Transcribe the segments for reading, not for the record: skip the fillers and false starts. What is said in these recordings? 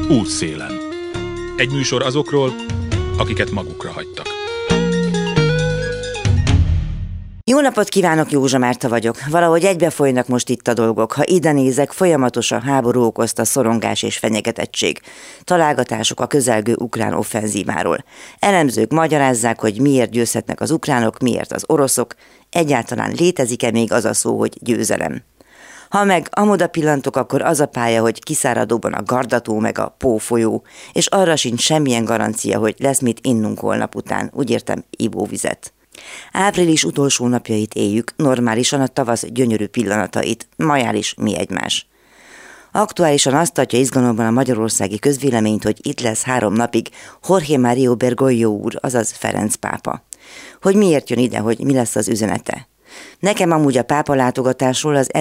Útszélen. Egy műsor azokról, akiket magukra hagytak. Jó napot kívánok, Józsa Márta vagyok. Valahogy egybefolynak most itt a dolgok. Ha ide nézek, folyamatos a háború okozta szorongás és fenyegetettség. Találgatások a közelgő ukrán offenzíváról. Elemzők magyarázzák, hogy miért győzhetnek az ukránok, miért az oroszok. Egyáltalán létezik-e még az a szó, hogy győzelem? Ha meg amoda pillantok, akkor az a pálya, hogy kiszáradóban a Gardató meg a Pó folyó, és arra sincs semmilyen garancia, hogy lesz mit innunk holnap után, úgy értem ivóvizet. Április utolsó napjait éljük, normálisan a tavasz gyönyörű pillanatait, majál is mi egymás. Aktuálisan azt tartja izgalomban a magyarországi közvéleményt, hogy itt lesz 3 napig Jorge Mario Bergoglio úr, azaz Ferenc pápa. Hogy miért jön ide, hogy mi lesz az üzenete? Nekem amúgy a pápa látogatásról az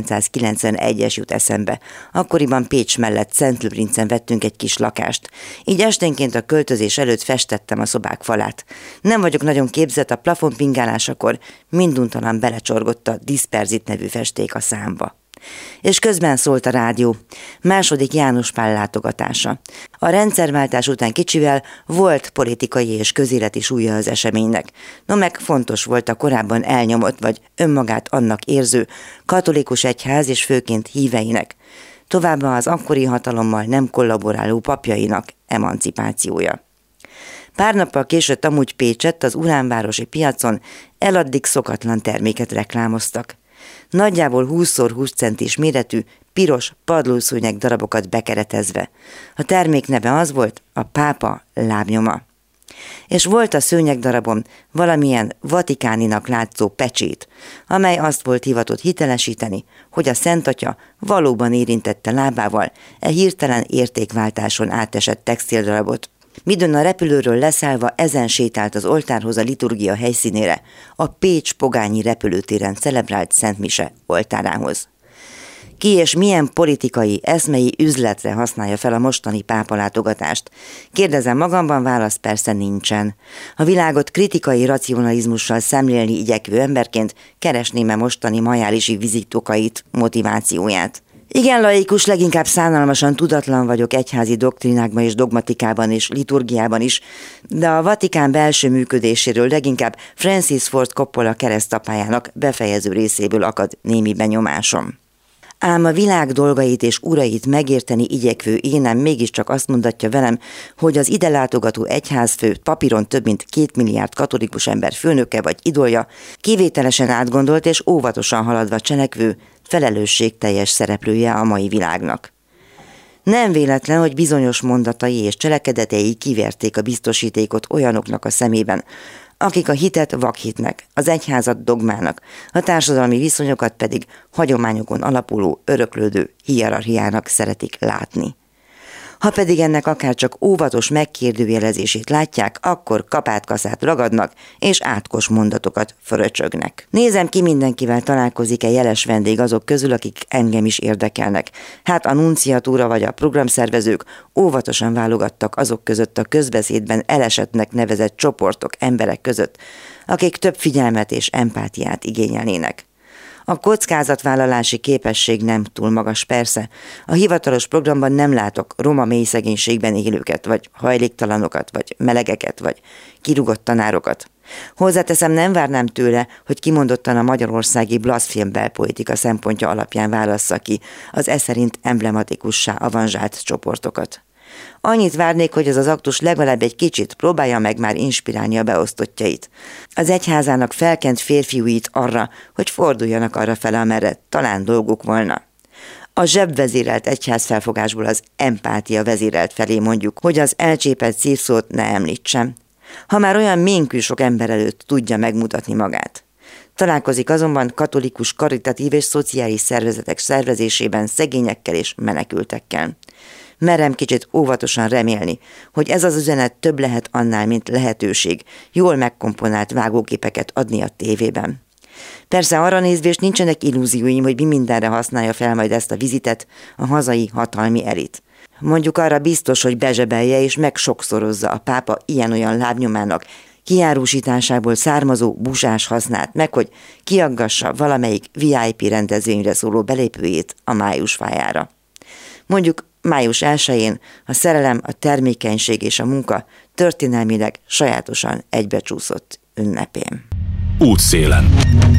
1991-es jut eszembe. Akkoriban Pécs mellett Szentlőrincen vettünk egy kis lakást. Így esténként a költözés előtt festettem a szobák falát. Nem vagyok nagyon képzett, a plafon pingálásakor minduntalan belecsorgott a Disperzit nevű festék a számba. És közben szólt a rádió. Második János Pál látogatása. A rendszerváltás után kicsivel volt politikai és közéleti súlya az eseménynek. No meg fontos volt a korábban elnyomott vagy önmagát annak érző katolikus egyház és főként híveinek. Továbbá az akkori hatalommal nem kollaboráló papjainak emancipációja. Pár nappal később amúgy Pécsett az Uránvárosi piacon eladdig szokatlan terméket reklámoztak. Nagyjából 20x20 centis méretű, piros padlószőnyeg darabokat bekeretezve. A termék neve az volt, a pápa lábnyoma. És volt a szőnyegdarabon valamilyen vatikáninak látszó pecsét, amely azt volt hivatott hitelesíteni, hogy a Szent Atya valóban érintette lábával hirtelen értékváltáson átesett textildarabot. Midőn a repülőről leszállva ezen sétált az oltárhoz a liturgia helyszínére, a Pécs-Pogányi repülőtéren celebrált Szent Mise oltárához. Ki és milyen politikai, eszmei üzletre használja fel a mostani pápalátogatást? Kérdezem magamban, válasz persze nincsen. A világot kritikai racionalizmussal szemlélni igyekvő emberként keresném-e mostani majálisi vizitokait, motivációját? Igen, laikus, leginkább szánalmasan tudatlan vagyok egyházi doktrinákban és dogmatikában és liturgiában is, de a Vatikán belső működéséről leginkább Francis Ford Coppola keresztapájának befejező részéből akad némi benyomásom. Ám a világ dolgait és urait megérteni igyekvő énem mégiscsak azt mondatja velem, hogy az ide látogató egyházfő, papíron több mint 2 milliárd katolikus ember főnöke vagy idolja, kivételesen átgondolt és óvatosan haladva cselekvő, felelősségteljes szereplője a mai világnak. Nem véletlen, hogy bizonyos mondatai és cselekedetei kiverték a biztosítékot olyanoknak a szemében, akik a hitet vakhitnek, az egyházat dogmának, a társadalmi viszonyokat pedig hagyományokon alapuló, öröklődő hierarchiának szeretik látni. Ha pedig ennek akár csak óvatos megkérdőjelezését látják, akkor kapátkaszát ragadnak, és átkos mondatokat fröcsögnek. Nézem, ki mindenkivel találkozik-e jeles vendég azok közül, akik engem is érdekelnek. Hát a nunciatúra vagy a programszervezők óvatosan válogattak azok között a közbeszédben elesettnek nevezett csoportok, emberek között, akik több figyelmet és empátiát igényelnének. A kockázatvállalási képesség nem túl magas persze. A hivatalos programban nem látok roma mély szegénységben élőket, vagy hajléktalanokat, vagy melegeket, vagy kirúgott tanárokat. Hozzáteszem, nem várnám tőle, hogy kimondottan a magyarországi blaszfém belpolitika szempontja alapján válassza ki az szerint emblematikussá avanzsált csoportokat. Annyit várnék, hogy ez az aktus legalább egy kicsit próbálja meg már inspirálni a beosztottjait. Az egyházának felkent férfiúit arra, hogy forduljanak arra fele, amerre talán dolguk volna. A zsebvezérelt egyházfelfogásból az empátia vezérelt felé mondjuk, hogy az elcsépelt szívszót ne említsem. Ha már olyan ménkű sok ember előtt tudja megmutatni magát. Találkozik azonban katolikus, karitatív és szociális szervezetek szervezésében szegényekkel és menekültekkel. Merem kicsit óvatosan remélni, hogy ez az üzenet több lehet annál, mint lehetőség jól megkomponált vágóképeket adni a tévében. Persze arra nézvést nincsenek illúzióim, hogy mi mindenre használja fel majd ezt a vizitet a hazai hatalmi elit. Mondjuk arra biztos, hogy bezsebelje és megsokszorozza a pápa ilyen-olyan lábnyomának kiárusításából származó busás hasznát, meg hogy kiaggassa valamelyik VIP rendezvényre szóló belépőjét a májusfájára. Mondjuk május 1-én a szerelem, a termékenység és a munka történelmileg sajátosan egybecsúszott ünnepén. Útszélen.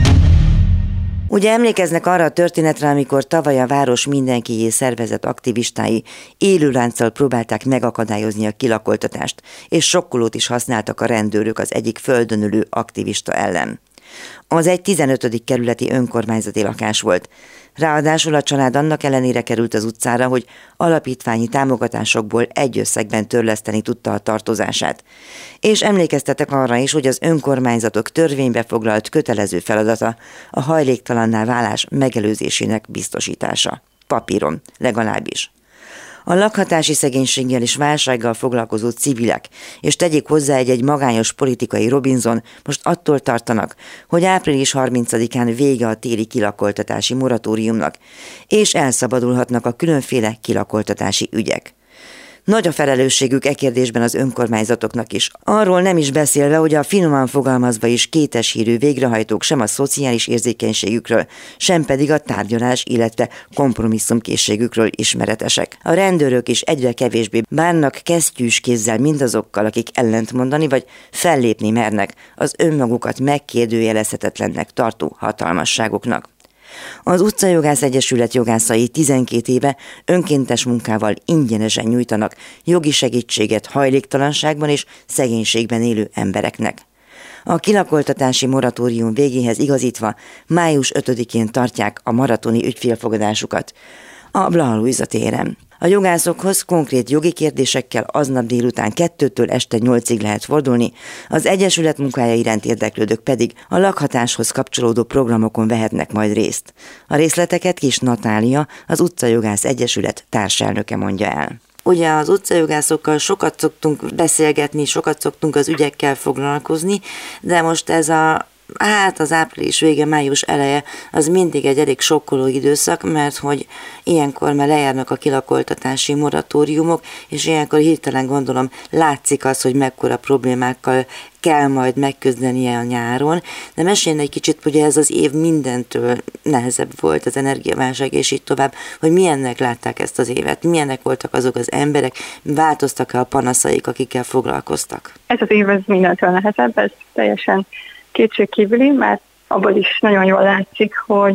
Ugye emlékeznek arra a történetre, amikor tavaly a város mindenkié szervezet aktivistái élőlánccal próbálták megakadályozni a kilakoltatást, és sokkolót is használtak a rendőrök az egyik földön ülő aktivista ellen. Az egy 15. kerületi önkormányzati lakás volt. Ráadásul a család annak ellenére került az utcára, hogy alapítványi támogatásokból egy összegben törleszteni tudta a tartozását. És emlékeztetek arra is, hogy az önkormányzatok törvénybe foglalt kötelező feladata a hajléktalanná válás megelőzésének biztosítása. Papíron, legalábbis. A lakhatási szegénységgel és válsággal foglalkozó civilek, és tegyék hozzá egy magányos politikai Robinson, most attól tartanak, hogy április 30-án vége a téli kilakoltatási moratóriumnak, és elszabadulhatnak a különféle kilakoltatási ügyek. Nagy a felelősségük kérdésben az önkormányzatoknak is. Arról nem is beszélve, hogy a finoman fogalmazva is kétes hírű végrehajtók sem a szociális érzékenységükről, sem pedig a tárgyalás, illetve kompromisszumkészségükről ismeretesek. A rendőrök is egyre kevésbé bánnak kesztyűs kézzel mindazokkal, akik ellentmondani vagy fellépni mernek az önmagukat megkérdőjelezhetetlennek tartó hatalmasságoknak. Az Utcajogász Egyesület jogászai 12 éve önkéntes munkával ingyenesen nyújtanak jogi segítséget hajléktalanságban és szegénységben élő embereknek. A kilakoltatási moratórium végéhez igazítva május 5-én tartják a maratoni ügyfélfogadásukat a Blaha Lujza téren. A jogászokhoz konkrét jogi kérdésekkel aznap délután 2-től este 8-ig lehet fordulni, az Egyesület munkája iránt érdeklődők pedig a lakhatáshoz kapcsolódó programokon vehetnek majd részt. A részleteket Kis Natália, az Utcajogász Egyesület társelnöke mondja el. Ugye az utcajogászokkal sokat szoktunk beszélgetni, sokat szoktunk az ügyekkel foglalkozni, de most ez az április vége, május eleje, az mindig egy elég sokkoló időszak, mert hogy ilyenkor már lejárnak a kilakoltatási moratóriumok, és ilyenkor hirtelen gondolom látszik az, hogy mekkora problémákkal kell majd megküzdenie a nyáron, de meséljen egy kicsit, hogy ez az év mindentől nehezebb volt, az energiaválság és így tovább, hogy milyennek látták ezt az évet, milyennek voltak azok az emberek, változtak-e a panaszaik, akikkel foglalkoztak? Ez az év ez mindentől nehezebb, ez teljesen kétségkívüli, mert abból is nagyon jól látszik,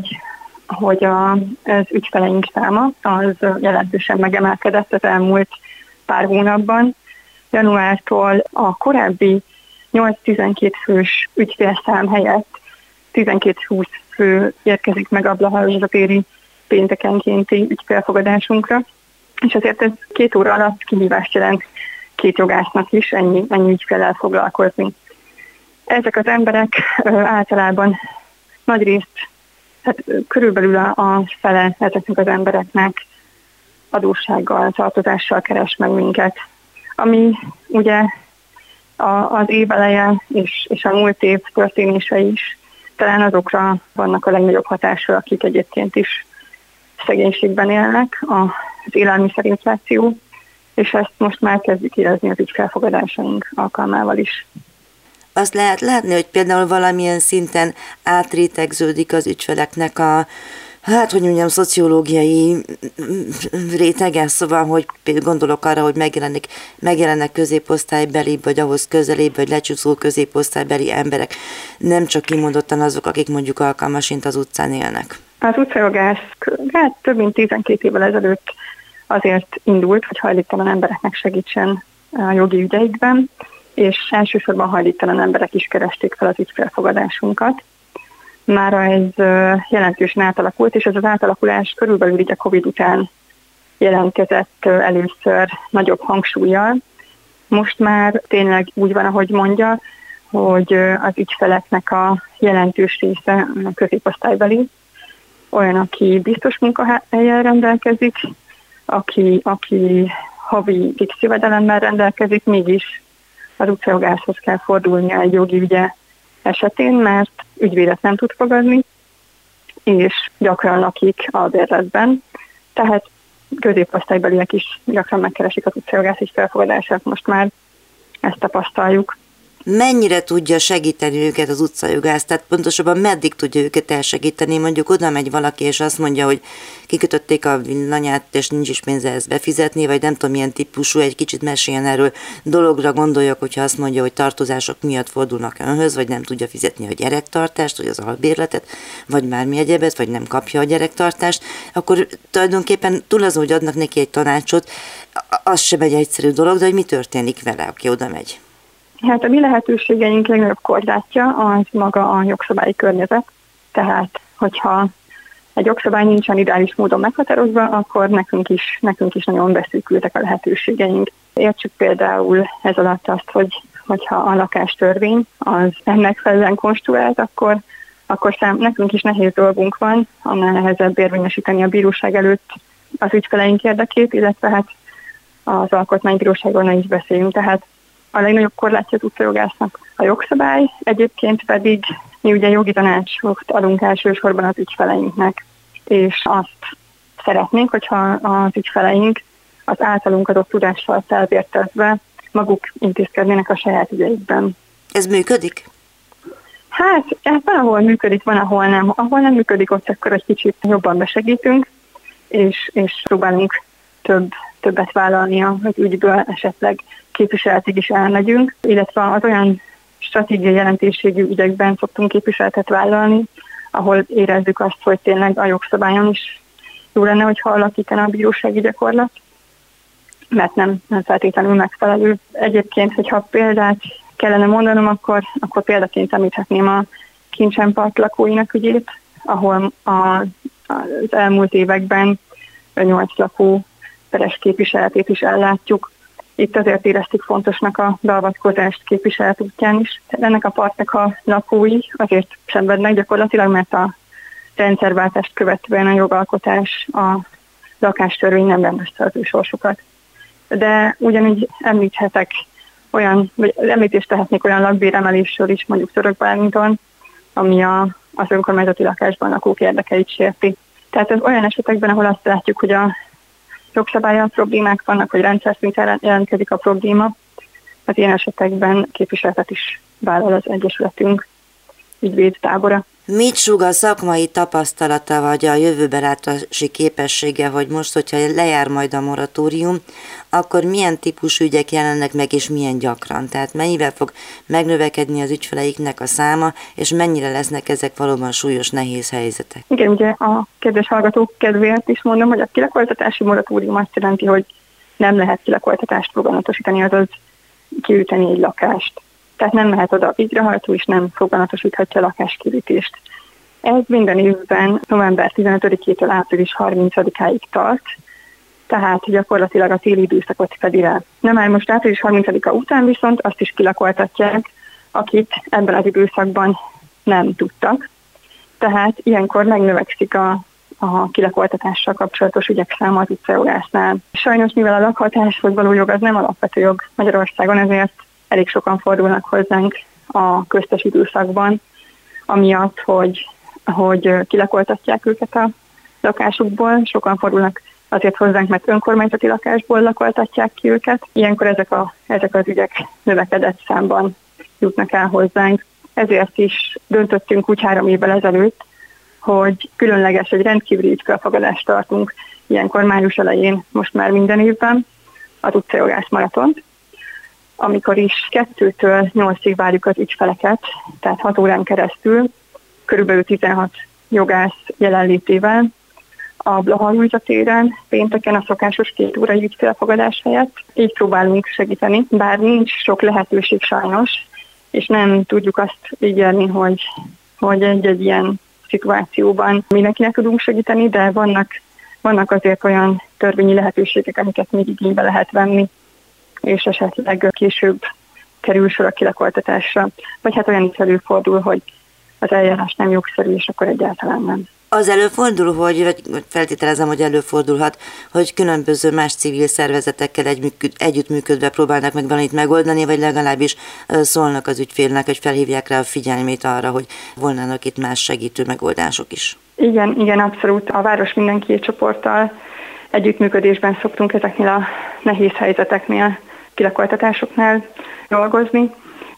hogy az ügyfeleink száma az jelentősen megemelkedett az elmúlt pár hónapban. Januártól a korábbi 8-12 fős ügyfélszám helyett 12-20 fő érkezik meg a Blaha Lujza téri péntekenkénti ügyfélfogadásunkra, és azért ez 2 óra alatt kihívást jelent 2 jogásznak is ennyi ügyféllel foglalkozni. Ezek az emberek általában nagyrészt, körülbelül a fele ezeknek az embereknek adóssággal, tartozással keres meg minket. Ami ugye az év eleje és a múlt év történése is talán azokra vannak a legnagyobb hatásra, akik egyébként is szegénységben élnek, az élelmiszerinfláció, és ezt most már kezdjük érezni az ügyfélfogadásaink alkalmával is. Azt lehet látni, hogy például valamilyen szinten átrétegződik az ügyfeleknek a, szociológiai rétege, szóval, hogy gondolok arra, hogy megjelennek középosztálybeli, vagy ahhoz közelébb, vagy lecsúszó középosztálybeli emberek, nem csak kimondottan azok, akik mondjuk alkalmasint az utcán élnek. Az utcajogász több mint 12 évvel ezelőtt azért indult, hogy hajléktalan embereknek segítsen a jogi ügyeikben, és elsősorban hajléktalan emberek is keresték fel az ügyfélfogadásunkat. Mára ez jelentősen átalakult, és ez az átalakulás körülbelül így a Covid után jelentkezett először nagyobb hangsúllyal. Most már tényleg úgy van, ahogy mondja, hogy az ügyfeleknek a jelentős része középosztálybeli, olyan, aki biztos munkahelyen rendelkezik, aki havi fix jövedelemmel rendelkezik, mégis az utcajogászhoz kell fordulnia egy jogi ügye esetén, mert ügyvédet nem tud fogadni, és gyakran lakik albérletben. Tehát középosztálybeliek is gyakran megkeresik az utcajogász ügyfélfogadását, most már ezt tapasztaljuk. Mennyire tudja segíteni őket az utcajogász? Tehát pontosabban meddig tudja őket elsegíteni? Mondjuk oda megy valaki, és azt mondja, hogy kikötötték a villanyát, és nincs is pénze ezt befizetni, vagy nem tudom milyen típusú, egy kicsit meséljen erről dologra gondoljak, hogyha azt mondja, hogy tartozások miatt fordulnak önhöz, vagy nem tudja fizetni a gyerektartást, vagy az albérletet, vagy bármi egyebet, vagy nem kapja a gyerektartást, akkor tulajdonképpen túl azon, hogy adnak neki egy tanácsot, az sem egy egyszerű dolog, de hogy mi történik vele, aki oda megy? Hát a mi lehetőségeink legnagyobb korlátja az maga a jogszabályi környezet. Tehát, hogyha egy jogszabály nincsen ideális módon meghatározva, akkor nekünk is nagyon beszűkültek a lehetőségeink. Értsük például ez alatt azt, hogyha a lakástörvény az megfelelően konstruált, akkor nekünk is nehéz dolgunk van, annál nehezebb érvényesíteni a bíróság előtt az ügyfeleink érdekét, illetve hát az alkotmánybíróságon is beszéljünk. Tehát a legnagyobb korlátja az utcajogásznak a jogszabály, egyébként pedig mi ugye jogi tanácsot adunk elsősorban az ügyfeleinknek, és azt szeretnénk, hogyha az ügyfeleink az általunk adott tudással felvértezve maguk intézkednének a saját ügyeikben. Ez működik? Hát van, ahol működik, van, ahol nem. Ahol nem működik, ott akkor egy kicsit jobban besegítünk, és próbálunk többet vállalni az ügyből, esetleg képviseletig is elmegyünk, illetve az olyan stratégiai jelentőségű ügyekben szoktunk képviseletet vállalni, ahol érezzük azt, hogy tényleg a jogszabályon is jó lenne, hogyha alakítana a bírósági gyakorlat, mert nem feltétlenül megfelelő. Egyébként, hogyha példát kellene mondanom, akkor példaként említhetném a Kincsenpart lakóinak ügyét, ahol az elmúlt években 8 lakó peres képviseletét is ellátjuk. Itt azért éreztük fontosnak a beavatkozást képviselet útján is. Ennek a partnak a lakói azért szenvednek gyakorlatilag, mert a rendszerváltást követően a jogalkotás, a lakástörvény nem rendezte az ő sorsukat. De ugyanígy említést tehetnék olyan lakbéremelésről is, mondjuk Törökbálinton, ami az önkormányzati lakásban lakók érdekeit sérti. Tehát ez olyan esetekben, ahol azt látjuk, hogy a jogszabállyal problémák vannak, hogy rendszer szinten jelentkezik a probléma, az ilyen esetekben képviseletet is vállal az Egyesületünk ügyvédtábora. Mit súg a szakmai tapasztalata, vagy a jövőbelátási képessége, hogy most, hogyha lejár majd a moratórium, akkor milyen típusú ügyek jelennek meg, és milyen gyakran? Tehát mennyivel fog megnövekedni az ügyfeleiknek a száma, és mennyire lesznek ezek valóban súlyos, nehéz helyzetek? Igen, ugye a kedves hallgatók kedvéért is mondom, hogy a kilakoltatási moratórium azt jelenti, hogy nem lehet kilakoltatást foganatosítani, azaz kiüteni egy lakást. Tehát nem mehet oda a végrehajtó, és nem foganatosíthatja a lakáskirítést. Ez minden évben november 15-től április 30-áig tart, tehát gyakorlatilag a téli időszakot fedi el. Nem már most április 30-a után viszont azt is kilakoltatják, akik ebben az időszakban nem tudtak. Tehát ilyenkor megnövekszik a kilakoltatással kapcsolatos ügyek száma az utcajogásznál. Sajnos, mivel a lakhatáshoz való jog az nem alapvető jog Magyarországon, ezért elég sokan fordulnak hozzánk a köztes időszakban, amiatt, hogy kilakoltatják őket a lakásukból. Sokan fordulnak azért hozzánk, mert önkormányzati lakásból lakoltatják ki őket. Ilyenkor ezek az ügyek növekedett számban jutnak el hozzánk. Ezért is döntöttünk úgy 3 évvel ezelőtt, hogy különleges, egy rendkívüli ügyfélfogadást tartunk ilyenkor május elején, most már minden évben, az utcajogász maratont, amikor is 2-től 8-ig várjuk az ügyfeleket, tehát 6 órán keresztül, körülbelül 16 jogász jelenlétével, a Blaha téren, pénteken a szokásos 2 órai ügyfélfogadás helyett. Így próbálunk segíteni, bár nincs sok lehetőség sajnos, és nem tudjuk azt ígérni, hogy egy ilyen szituációban mindenkinek tudunk segíteni, de vannak azért olyan törvényi lehetőségek, amiket még igénybe lehet venni, és esetleg később kerül sor a kilakoltatásra. Vagy hát olyan is előfordul, hogy az eljárás nem jogszerű, és akkor egyáltalán nem. Az előfordul, vagy feltételezem, hogy előfordulhat, hogy különböző más civil szervezetekkel együttműködve próbálnak meg valamit megoldani, vagy legalábbis szólnak az ügyfélnek, hogy felhívják rá a figyelmét arra, hogy volnának itt más segítő megoldások is. Igen, abszolút. A Város Mindenki csoporttal együttműködésben szoktunk ezeknél a nehéz helyzeteknél, kilakoltatásoknál dolgozni.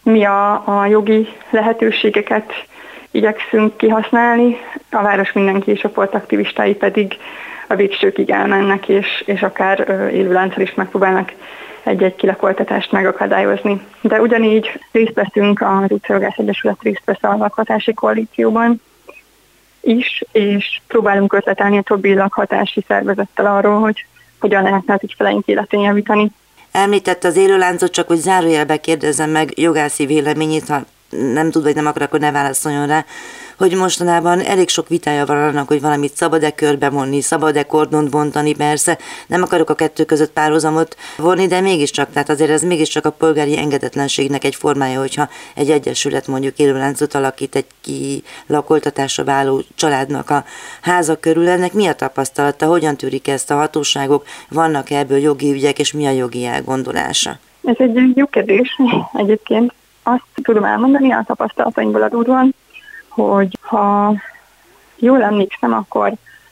Mi a jogi lehetőségeket igyekszünk kihasználni, a Város Mindenki csoport aktivistái pedig a végsőkig elmennek, és akár élőlánccal is megpróbálnak egy-egy kilakoltatást megakadályozni. De ugyanígy részt veszünk, az Utcajogász Egyesület részt vesz a lakhatási koalícióban is, és próbálunk ötletelni a többi lakhatási szervezettel arról, hogy hogyan lehetne az ügyfeleink életén javítani. Említette az élőláncot, csak hogy zárójelbe kérdezzem meg jogászi véleményét, ha nem tud, vagy nem akar, akkor ne válaszoljon rá, hogy mostanában elég sok vitája van annak, hogy valamit szabad-e körbe vonni, szabad-e kordont bontani, persze, nem akarok a kettő között párhuzamot vonni, de mégiscsak, tehát azért ez mégiscsak a polgári engedetlenségnek egy formája, hogyha egy egyesület mondjuk élőláncot alakít egy kilakoltatásra váló családnak a háza körül, ennek mi a tapasztalata, hogyan tűrik ezt a hatóságok, vannak ebből jogi ügyek, és mi a jogi elgondolása? Ez egy jó kérdés egyébként. Azt tudom elmondani a tapasztalatainkból adódóan, hogy ha jól emlékszem, akkor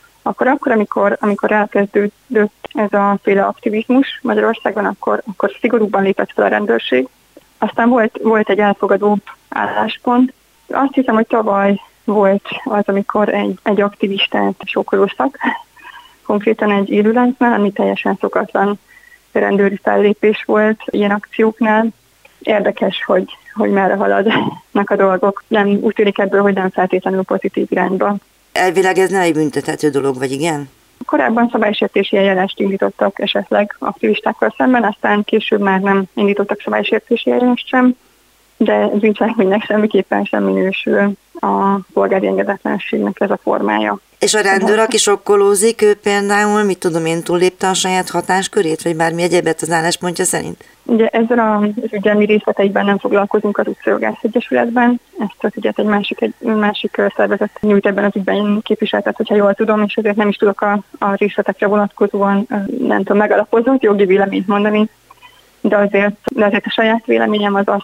amikor elkezdődött ez a féle aktivizmus Magyarországon, akkor szigorúban lépett fel a rendőrség. Aztán volt egy elfogadó álláspont. Azt hiszem, hogy tavaly volt az, amikor egy aktivistát sokkolóztak, konkrétan egy élőláncnál, ami teljesen szokatlan rendőri fellépés volt ilyen akcióknál. Érdekes, hogy merre haladnak a dolgok. Úgy tűnik ebből, hogy nem feltétlenül pozitív irányba. Elvileg ez nem egy büntethető dolog, vagy igen? Korábban szabálysértési eljárást indítottak esetleg aktivistákkal szemben, aztán később már nem indítottak szabálysértési eljárást sem, de bűncselekménynek semmiképpen sem minősül a polgári engedetlenségnek ez a formája. És a rendőr, aki sokkolózik, ő például, mit tudom én, túllépte a saját hatáskörét, vagy bármi egyébet az álláspontja szerint? Ugye ezzel az ügyelmi részleteiben nem foglalkozunk az Utcajogász Egyesületben, ezt az ügyet egy másik szervezet nyújt ebben az ügyben képviseltet, hogyha jól tudom, és ezért nem is tudok a részletekre vonatkozóan, nem tudom, megalapozott jogi véleményt mondani, de azért a saját véleményem az,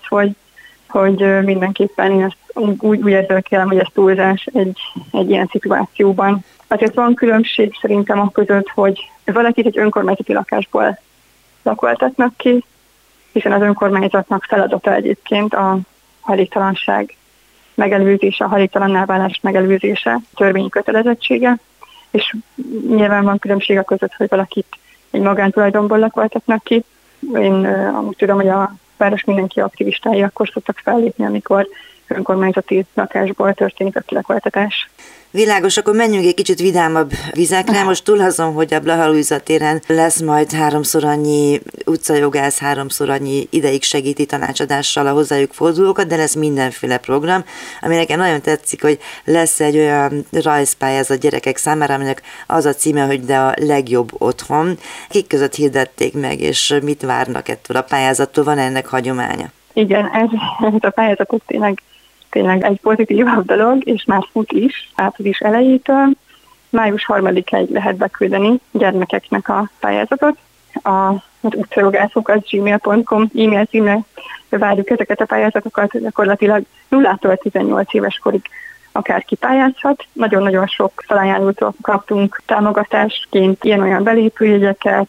hogy mindenképpen én ezt úgy érzékelem, hogy ez túlzás egy ilyen szituációban. Azért van különbség szerintem a között, hogy valakit egy önkormányzati lakásból lakoltatnak ki, hiszen az önkormányzatnak feladata egyébként a hajléktalanság megelőzése, a hajléktalanná válás megelőzése, törvényi kötelezettsége, és nyilván van különbség a között, hogy valakit egy magántulajdonból lakoltatnak ki. Én amúgy tudom, hogy a Város Mindenki aktivistái akkor szoktak fellépni, amikor önkormányzati lakásból történik a kilakoltatás. Világos, akkor menjünk egy kicsit vidámabb vizekre. Most túl azon, hogy a Blaha Lujza téren lesz majd 3-szor annyi utcajogász, 3-szor annyi ideig segíti tanácsadással a hozzájuk fordulókat, de lesz mindenféle program, ami nekem nagyon tetszik, hogy lesz egy olyan rajzpályázat gyerekek számára, aminek az a címe, hogy de a legjobb otthon. Kik között hirdették meg, és mit várnak ettől a pályázattól? Van ennek hagyománya? Igen, ez a pályázatot tényleg egy pozitívabb dolog, és már fut is, április elejétől. Május 3-ig lehet beküldeni gyermekeknek a pályázatot. Az utcajogászok@gmail.com e-mail címre várjuk ezeket a pályázatokat, gyakorlatilag 0-tól 18 éves korig akárki pályázhat. Nagyon-nagyon sok felajánlótól kaptunk támogatásként ilyen-olyan belépőjegyeket,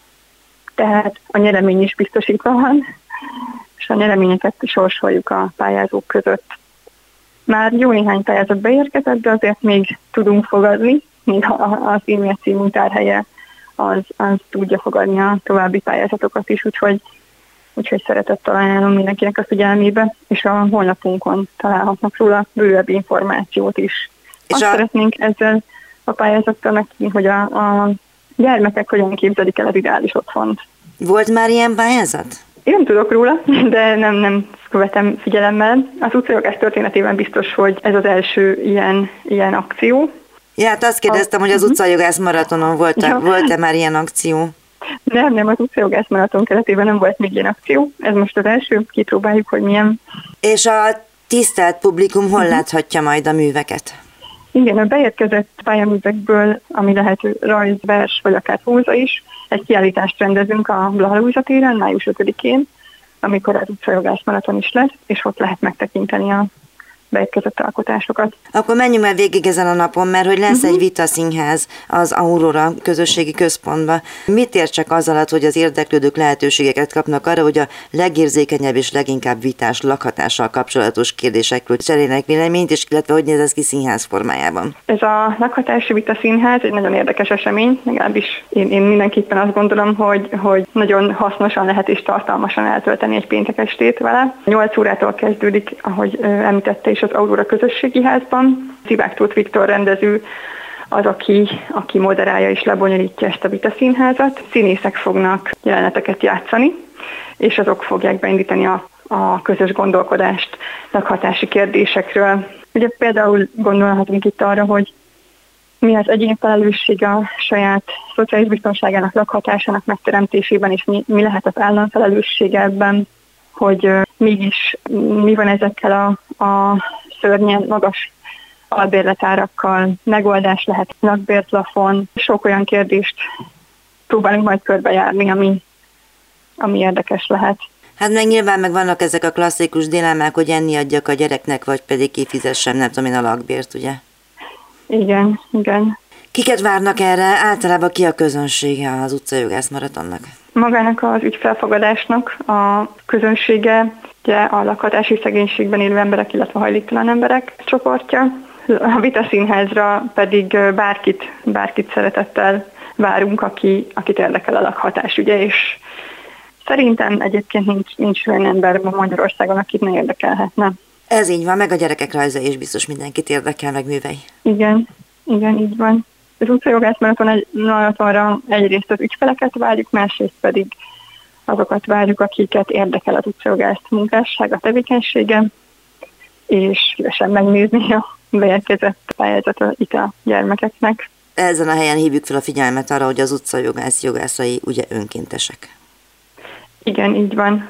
tehát a nyeremény is biztosítva van, és a nyereményeket sorsoljuk a pályázók között. Már jó néhány pályázat beérkezett, de azért még tudunk fogadni, még az e-mail címünk tárhelye az tudja fogadni a további pályázatokat is, úgyhogy szeretettel ajánlom mindenkinek a figyelmébe, és a honlapunkon találhatnak róla bővebb információt is. Szeretnénk ezzel a pályázattal megkívni, hogy a gyermekek hogyan képzelik el az ideális otthont. Volt már ilyen pályázat? Én nem tudok róla, de nem követem figyelemmel. Az utcajogász történetében biztos, hogy ez az első ilyen akció. Ja, hát azt kérdeztem, hogy az utcajogász maratonon volt-e már ilyen akció? Nem, az utcajogász maraton keretében nem volt még ilyen akció. Ez most az első, kipróbáljuk, hogy milyen. És a tisztelt publikum hol láthatja majd a műveket? Igen, a beérkezett pályaművekből, ami lehet rajz, vers, vagy akár próza is, egy kiállítást rendezünk a Blaha Lujza téren, május 5-én, amikor az utcajogász maraton is lesz, és ott lehet megtekinteni beérkezett alkotásokat. Akkor menjünk már végig ezen a napon, mert hogy lesz egy vitaszínház az Aurora közösségi központban. Mit értsek az alatt, hogy az érdeklődők lehetőségeket kapnak arra, hogy a legérzékenyebb és leginkább vitás lakhatással kapcsolatos kérdésekről cserélnek véleményt, és illetve hogy néz ez ki színház formájában? Ez a lakhatási vitaszínház egy nagyon érdekes esemény, legalábbis én mindenképpen azt gondolom, hogy nagyon hasznosan lehet és tartalmasan eltölteni egy péntek estét vele. 8 órától kezdődik, ahogy említette is, az Aurora közösségi házban. Szivák Tóth Viktor rendező az, aki moderálja és lebonyolítja ezt a vitaszínházat. Színészek fognak jeleneteket játszani, és azok fogják beindítani a közös gondolkodást lakhatási kérdésekről. Ugye például gondolhatunk itt arra, hogy mi az egyén felelősség a saját szociális biztonságának, lakhatásának megteremtésében, és mi lehet az állam felelőssége ebben, hogy mégis mi van ezekkel a szörnyen magas albérletárakkal, megoldás lehet lakbérplafon, sok olyan kérdést próbálunk majd körbejárni, ami érdekes lehet. Hát meg nyilván meg vannak ezek a klasszikus dilemmák, hogy enni adjak a gyereknek, vagy pedig kifizessem, nem tudom én, a lakbért, ugye? Igen. Kiket várnak erre? Általában ki a közönsége az utcajogász maratonnak? Magának az ügyfelfogadásnak a közönsége, ugye a lakhatási szegénységben élő emberek, illetve hajléktalan emberek csoportja. A vitaszínházra pedig bárkit szeretettel várunk, akit érdekel a lakhatás, ugye, és szerintem egyébként nincs olyan ember Magyarországon, akit ne érdekelhetne. Ez így van, meg a gyerekek rajza is biztos mindenkit érdekel, meg művei. Igen, így van. Az utcajogász maratonra egyrészt az ügyfeleket várjuk, másrészt pedig azokat várjuk, akiket érdekel az utcajogász munkássága, tevékenysége, és szívesen megnézni a beérkezett pályázatot itt a gyermekeknek. Ezen a helyen hívjuk fel a figyelmet arra, hogy az utcajogász jogászai ugye önkéntesek. Igen, így van.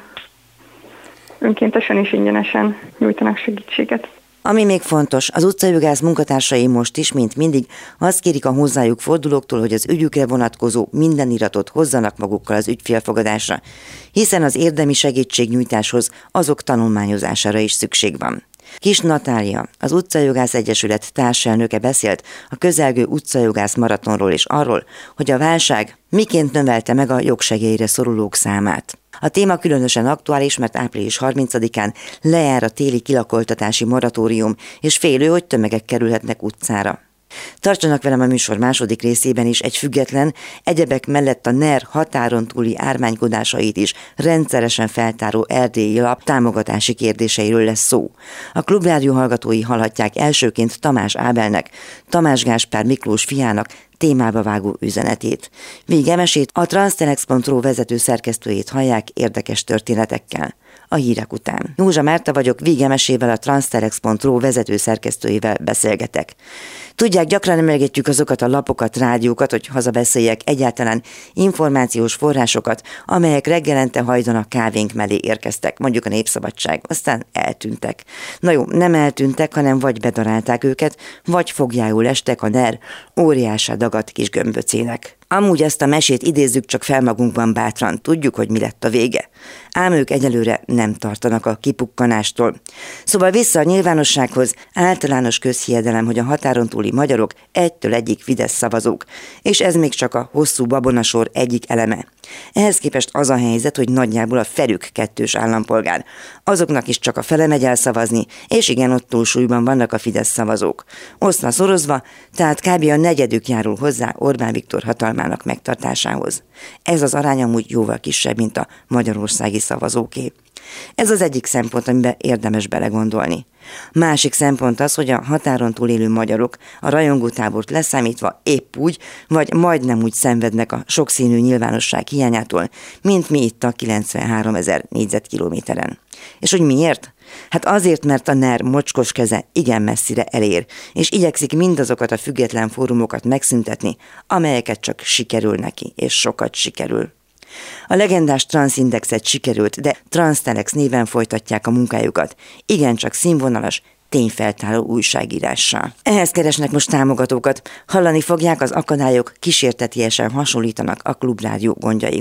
Önkéntesen és ingyenesen nyújtanak segítséget. Ami még fontos, az utcajogász munkatársai most is, mint mindig, azt kérik a hozzájuk fordulóktól, hogy az ügyükre vonatkozó minden iratot hozzanak magukkal az ügyfélfogadásra, hiszen az érdemi segítségnyújtáshoz azok tanulmányozására is szükség van. Kis Natália, az Utcajogász Egyesület társelnöke beszélt a közelgő utcajogász maratonról és arról, hogy a válság miként növelte meg a jogsegélyre szorulók számát. A téma különösen aktuális, mert április 30-án lejár a téli kilakoltatási moratórium, és félő, hogy tömegek kerülhetnek utcára. Tartsanak velem a műsor második részében is, egy független, egyebek mellett a NER határon túli ármánykodásait is rendszeresen feltáró erdélyi lap támogatási kérdéseiről lesz szó. A Klubrádió hallgatói hallhatják elsőként Tamás Ábelnek, Tamás Gáspár Miklós fiának témába vágó üzenetét. Végemesét a transtelex.ru vezető szerkesztőjét hallják érdekes történetekkel. A hírek után. Józsa Márta vagyok, végemesével a transtelex.ru vezető szerkesztőjével beszélgetek. Tudják, gyakran emlegetjük azokat a lapokat, rádiókat, hogy hazabeszéljek, egyáltalán információs forrásokat, amelyek reggelente hajdan a kávénk mellé érkeztek, mondjuk a Népszabadság, aztán eltűntek. Na jó, nem eltűntek, hanem vagy bedarálták őket, vagy fogjául estek a NER óriásá dagadt kis gömböcének. Amúgy ezt a mesét idézzük csak fel magunkban bátran, tudjuk, hogy mi lett a vége. Ám ők egyelőre nem tartanak a kipukkanástól. Szóval vissza a nyilvánossághoz, általános közhiedelem, hogy a határon túli magyarok egytől egyig Fidesz szavazók, és ez még csak a hosszú babonasor egyik eleme. Ehhez képest az a helyzet, hogy nagyjából a felük kettős állampolgár. Azoknak is csak a fele megy el szavazni, és igen, ott túlsúlyban vannak a Fidesz szavazók. Osztva-szorozva, tehát kb. A negyedük járul hozzá Orbán Viktor hatalmának megtartásához. Ez az arány amúgy jóval kisebb, mint a magyarországi szavazóké. Ez az egyik szempont, amiben érdemes belegondolni. Másik szempont az, hogy a határon túl élő magyarok a rajongótábort leszámítva épp úgy, vagy majdnem úgy szenvednek a sokszínű nyilvánosság hiányától, mint mi itt a 93 000 négyzetkilométeren. És hogy miért? Hát azért, mert a NER mocskos keze igen messzire elér, és igyekszik mindazokat a független fórumokat megszüntetni, amelyeket csak sikerül neki, és sokat sikerül. A legendás Transzindexet sikerült, de Transtelex néven folytatják a munkájukat, igencsak színvonalas, tényfeltáró újságírással. Ehhez keresnek most támogatókat, hallani fogják, az akadályok kísértetiesen hasonlítanak a Klubrádió gondjaihoz.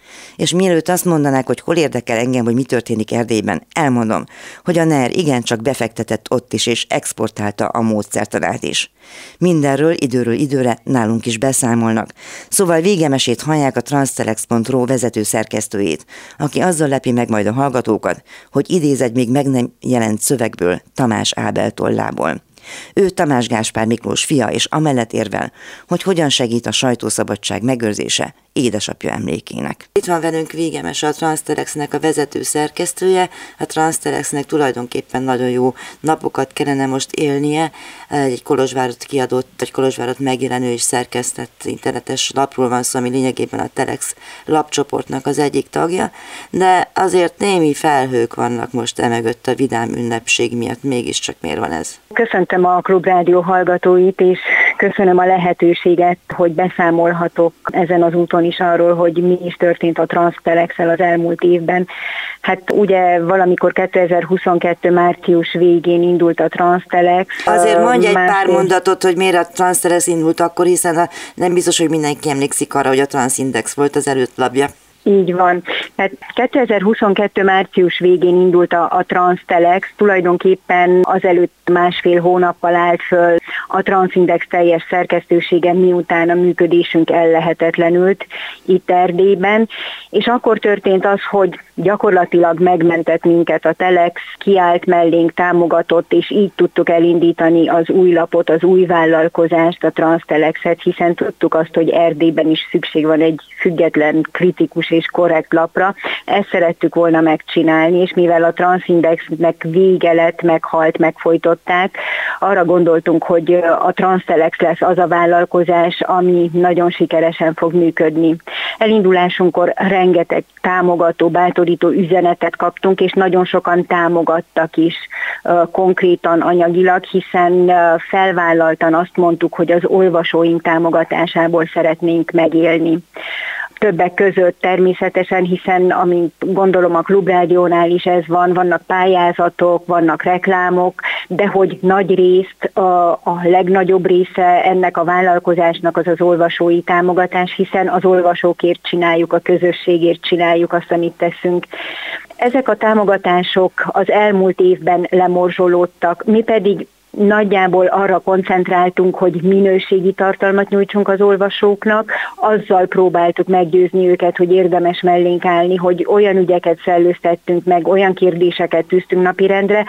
És mielőtt azt mondanák, hogy hol érdekel engem, hogy mi történik Erdélyben, elmondom, hogy a NER igencsak befektetett ott is, és exportálta a módszertanát is. Mindenről időről időre nálunk is beszámolnak. Szóval végemesét hallják a transtelex.ro vezető szerkesztőjét, aki azzal lepi meg majd a hallgatókat, hogy idéz egy még meg nem jelent szövegből Tamás Ábel tollából. Ő Tamás Gáspár Miklós fia, és amellett érvel, hogy hogyan segít a sajtószabadság megőrzése édesapja emlékének. Itt van velünk Végemes, a Transtelexnek a vezető szerkesztője. A Transtelexnek tulajdonképpen nagyon jó napokat kellene most élnie. Egy Kolozsvárot kiadott, vagy Kolozsvárot megjelenő és szerkesztett internetes lapról van szó, ami lényegében a Telex lapcsoportnak az egyik tagja, de azért némi felhők vannak most emögött a vidám ünnepség miatt. Mégiscsak miért van ez? Köszöntöm a Klubrádió hallgatóit, és köszönöm a lehetőséget, hogy beszámolhatok ezen az úton is arról, hogy mi is történt a Transtelex-el az elmúlt évben. Hát ugye valamikor 2022. március végén indult a Transtelex. Azért mondj egy pár mondatot, hogy miért a Transtelex indult akkor, hiszen nem biztos, hogy mindenki emlékszik arra, hogy a Transindex volt az előtlapja. Így van. Tehát 2022. március végén indult a Transtelex, tulajdonképpen azelőtt másfél hónappal állt föl a Transindex teljes szerkesztősége, miután a működésünk ellehetetlenült itt Erdélyben, és akkor történt az, hogy gyakorlatilag megmentett minket a Telex, kiállt mellénk, támogatott, és így tudtuk elindítani az új lapot, az új vállalkozást, a Transtelexet, hiszen tudtuk azt, hogy Erdélyben is szükség van egy független, kritikus és korrekt lapra. Ezt szerettük volna megcsinálni, és mivel a Transindexnek vége lett, meghalt, megfojtották, arra gondoltunk, hogy a Transtelex lesz az a vállalkozás, ami nagyon sikeresen fog működni. Elindulásunkkor rengeteg támogató, bátorító üzenetet kaptunk, és nagyon sokan támogattak is konkrétan anyagilag, hiszen felvállaltan azt mondtuk, hogy az olvasóink támogatásából szeretnénk megélni. Többek között természetesen, hiszen amint gondolom a Klubrádiónál is ez van, vannak pályázatok, vannak reklámok, de hogy nagy részt, a legnagyobb része ennek a vállalkozásnak az olvasói támogatás, hiszen az olvasókért csináljuk, a közösségért csináljuk azt, amit teszünk. Ezek a támogatások az elmúlt évben lemorzsolódtak, mi pedig nagyjából arra koncentráltunk, hogy minőségi tartalmat nyújtsunk az olvasóknak, azzal próbáltuk meggyőzni őket, hogy érdemes mellénk állni, hogy olyan ügyeket szellőztettünk meg, olyan kérdéseket tűztünk napirendre,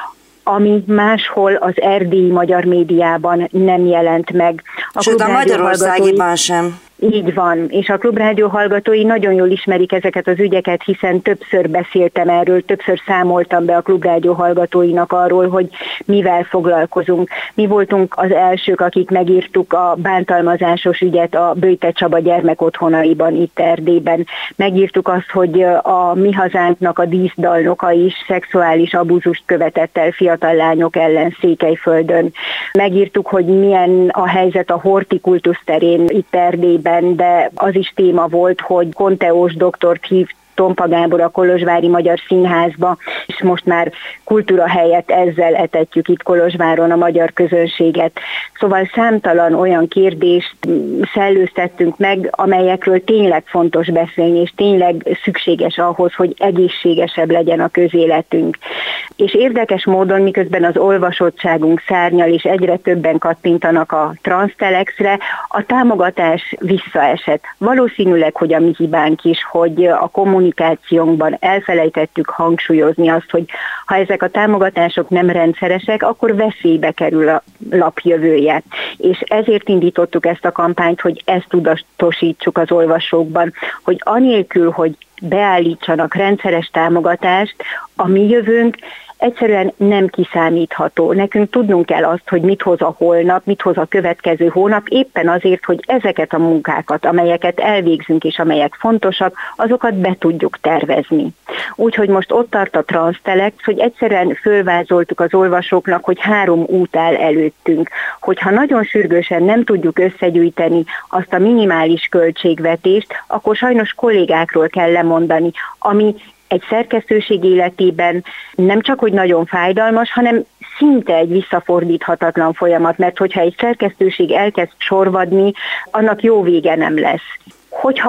ami máshol az erdélyi magyar médiában nem jelent meg. Sőt, a magyarországiban sem. Így van, és a Klubrádió hallgatói nagyon jól ismerik ezeket az ügyeket, hiszen többször beszéltem erről, többször számoltam be a Klubrádió hallgatóinak arról, hogy mivel foglalkozunk. Mi voltunk az elsők, akik megírtuk a bántalmazásos ügyet a Böjte Csaba gyermekotthonaiban itt Erdélyben. Megírtuk azt, hogy a Mi Hazánknak a díszdalnoka is szexuális abúzust követett el fiatal lányok ellen Székelyföldön. Megírtuk, hogy milyen a helyzet a hortikultusz terén itt Erdélyben, de az is téma volt, hogy Konteós doktort hív Tompa Gábor a Kolozsvári Magyar Színházba, és most már kultúra helyett ezzel etetjük itt Kolozsváron a magyar közönséget. Szóval számtalan olyan kérdést szellőztettünk meg, amelyekről tényleg fontos beszélni, és tényleg szükséges ahhoz, hogy egészségesebb legyen a közéletünk. És érdekes módon, miközben az olvasottságunk szárnyal, és egyre többen kattintanak a Transtelexre, a támogatás visszaesett. Valószínűleg, hogy a mi hibánk is, hogy a kommunikációnkban elfelejtettük hangsúlyozni azt, hogy ha ezek a támogatások nem rendszeresek, akkor veszélybe kerül a lap jövője. És ezért indítottuk ezt a kampányt, hogy ezt tudatosítsuk az olvasókban, hogy anélkül, hogy beállítsanak rendszeres támogatást, a mi jövőnk egyszerűen nem kiszámítható. Nekünk tudnunk kell azt, hogy mit hoz a holnap, mit hoz a következő hónap, éppen azért, hogy ezeket a munkákat, amelyeket elvégzünk és amelyek fontosak, azokat be tudjuk tervezni. Úgyhogy most ott tart a Transtelex, hogy egyszerűen fölvázoltuk az olvasóknak, hogy 3 út áll előttünk. Hogyha nagyon sürgősen nem tudjuk összegyűjteni azt a minimális költségvetést, akkor sajnos kollégákról kell lemondani, ami egy szerkesztőség életében nem csak, hogy nagyon fájdalmas, hanem szinte egy visszafordíthatatlan folyamat, mert hogyha egy szerkesztőség elkezd sorvadni, annak jó vége nem lesz. Hogyha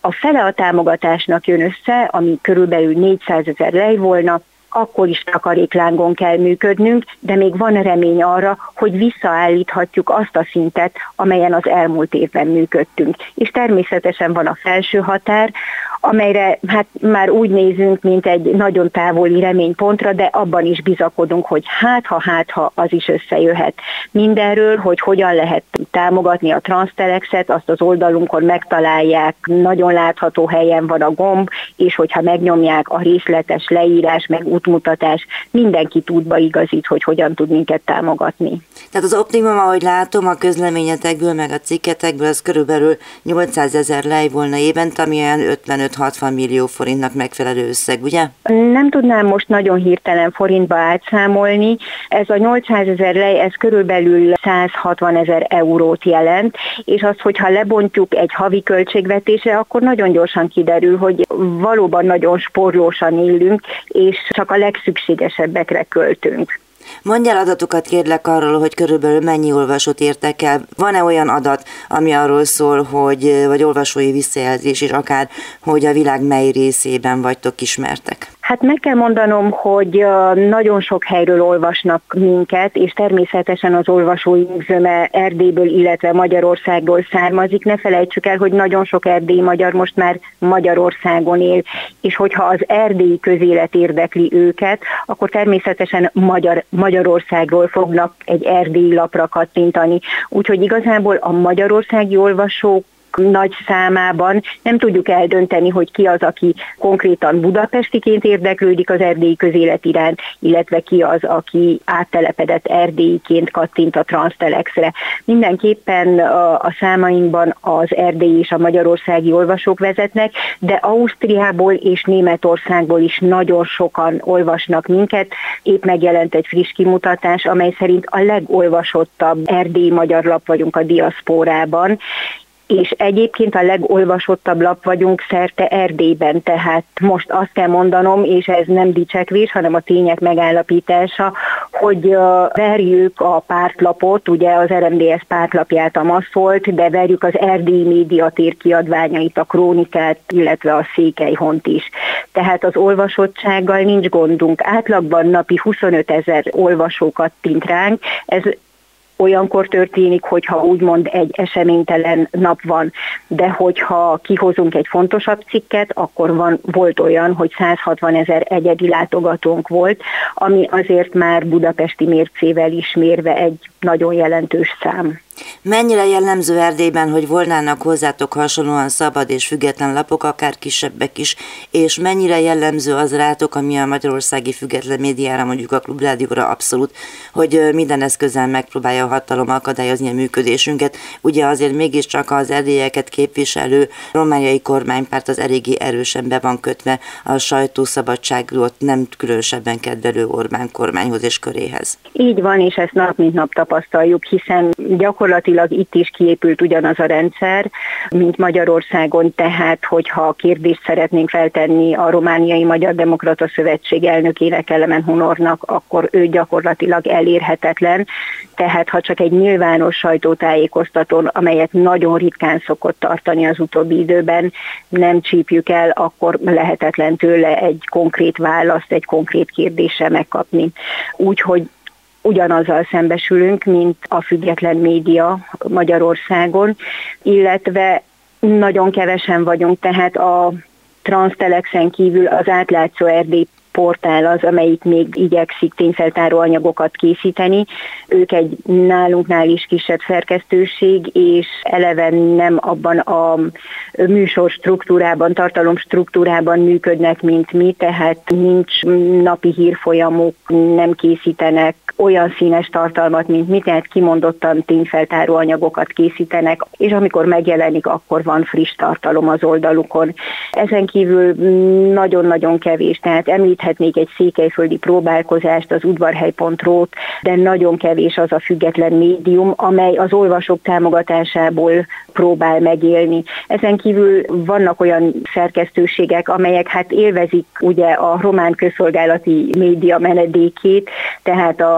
a fele a támogatásnak jön össze, ami körülbelül 400 000 lej volna, akkor is takaréklángon kell működnünk, de még van remény arra, hogy visszaállíthatjuk azt a szintet, amelyen az elmúlt évben működtünk. És természetesen van a felső határ, amelyre hát már úgy nézünk, mint egy nagyon távoli reménypontra, de abban is bizakodunk, hogy hát ha az is összejöhet. Mindenről, hogy hogyan lehet támogatni a Transtelexet, azt az oldalunkon megtalálják, nagyon látható helyen van a gomb, és hogyha megnyomják a részletes leírás, meg útmutatás, mindenkit útba igazít, hogy hogyan tud minket támogatni. Tehát az optimum, ahogy látom a közleményetekből, meg a cikketekből, az körülbelül 800 000 lej volna évente, ami olyan 55-60 millió forintnak megfelelő összeg, ugye? Nem tudnám most nagyon hirtelen forintba átszámolni. Ez a 800 000 lej, ez körülbelül 160 000 eurót jelent, és az, hogyha lebontjuk egy havi költségvetésre, akkor nagyon gyorsan kiderül, hogy valóban nagyon sporlósan élünk, és csak a legszükségesebbekre költünk. Mondj el adatokat kérlek arról, hogy körülbelül mennyi olvasót értek el. Van-e olyan adat, ami arról szól, vagy olvasói visszajelzés is akár, hogy a világ mely részében vagytok ismertek? Hát meg kell mondanom, hogy nagyon sok helyről olvasnak minket, és természetesen az olvasóink zöme Erdélyből, illetve Magyarországról származik. Ne felejtsük el, hogy nagyon sok erdélyi magyar most már Magyarországon él, és hogyha az erdélyi közélet érdekli őket, akkor természetesen Magyarországról fognak egy erdélyi lapra kattintani. Úgyhogy igazából a magyarországi olvasók nagy számában nem tudjuk eldönteni, hogy ki az, aki konkrétan budapestiként érdeklődik az erdélyi közélet iránt, illetve ki az, aki áttelepedett erdélyiként kattint a Transtelexre. Mindenképpen a számainkban az erdélyi és a magyarországi olvasók vezetnek, de Ausztriából és Németországból is nagyon sokan olvasnak minket. Épp megjelent egy friss kimutatás, amely szerint a legolvasottabb erdélyi magyar lap vagyunk a diaszpórában, és egyébként a legolvasottabb lap vagyunk szerte Erdélyben, tehát most azt kell mondanom, és ez nem dicsekvés, hanem a tények megállapítása, hogy verjük a pártlapot, ugye az RMDSZ pártlapját, a Masszolt, de verjük az Erdélyi Médiatér kiadványait, a Krónikát, illetve a Székelyhont is. Tehát az olvasottsággal nincs gondunk. Átlagban napi 25 000 olvasó kattint ránk, ez olyankor történik, hogyha úgymond egy eseménytelen nap van, de hogyha kihozunk egy fontosabb cikket, akkor volt olyan, hogy 160 000 egyedi látogatónk volt, ami azért már budapesti mércével is mérve egy nagyon jelentős szám. Mennyire jellemző Erdélyben, hogy volnának hozzátok hasonlóan szabad és független lapok, akár kisebbek is, és mennyire jellemző az rátok, ami a magyarországi független médiára, mondjuk a Klubrádióra abszolút, hogy minden eszközzel megpróbálja a hatalom akadályozni a működésünket. Ugye azért mégiscsak az erdélyeket képviselő romániai kormánypárt az eléggé erősen be van kötve a sajtószabadságot nem különösebben kedvelő Orbán kormányhoz és köréhez. Így van, és ezt nap mint nap tapasztaljuk, hiszen gyakorlatilag itt is kiépült ugyanaz a rendszer, mint Magyarországon, tehát hogyha kérdést szeretnénk feltenni a Romániai Magyar Demokrata Szövetség elnökének, Kelemen Hunornak, akkor ő gyakorlatilag elérhetetlen, tehát ha csak egy nyilvános sajtótájékoztatón, amelyet nagyon ritkán szokott tartani az utóbbi időben, nem csípjük el, akkor lehetetlen tőle egy konkrét választ, egy konkrét kérdésre megkapni. Úgyhogy ugyanazzal szembesülünk, mint a független média Magyarországon, illetve nagyon kevesen vagyunk, tehát a Transtelexen kívül az Átlátszó Erdély portál az, amelyik még igyekszik tényfeltáró anyagokat készíteni. Ők egy nálunknál is kisebb szerkesztőség, és eleve nem abban a műsor struktúrában, tartalom struktúrában működnek, mint mi, tehát nincs napi hírfolyamuk, nem készítenek olyan színes tartalmat, mint mi, tehát kimondottan tényfeltáró anyagokat készítenek, és amikor megjelenik, akkor van friss tartalom az oldalukon. Ezen kívül nagyon-nagyon kevés, tehát említhetnék egy székelyföldi próbálkozást, az udvarhely.ro-t, de nagyon kevés az a független médium, amely az olvasók támogatásából próbál megélni. Ezen kívül vannak olyan szerkesztőségek, amelyek élvezik ugye a román közszolgálati média menedékét, tehát a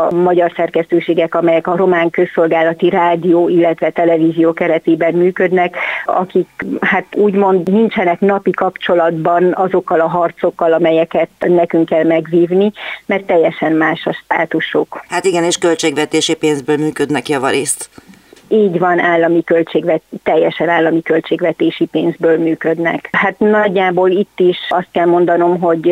a magyar szerkesztőségek, amelyek a román közszolgálati rádió, illetve televízió keretében működnek, akik hát úgymond nincsenek napi kapcsolatban azokkal a harcokkal, amelyeket nekünk kell megvívni, mert teljesen más a státusuk. Hát igen, és költségvetési pénzből működnek javarészt. Így van, teljesen állami költségvetési pénzből működnek. Hát nagyjából itt is azt kell mondanom, hogy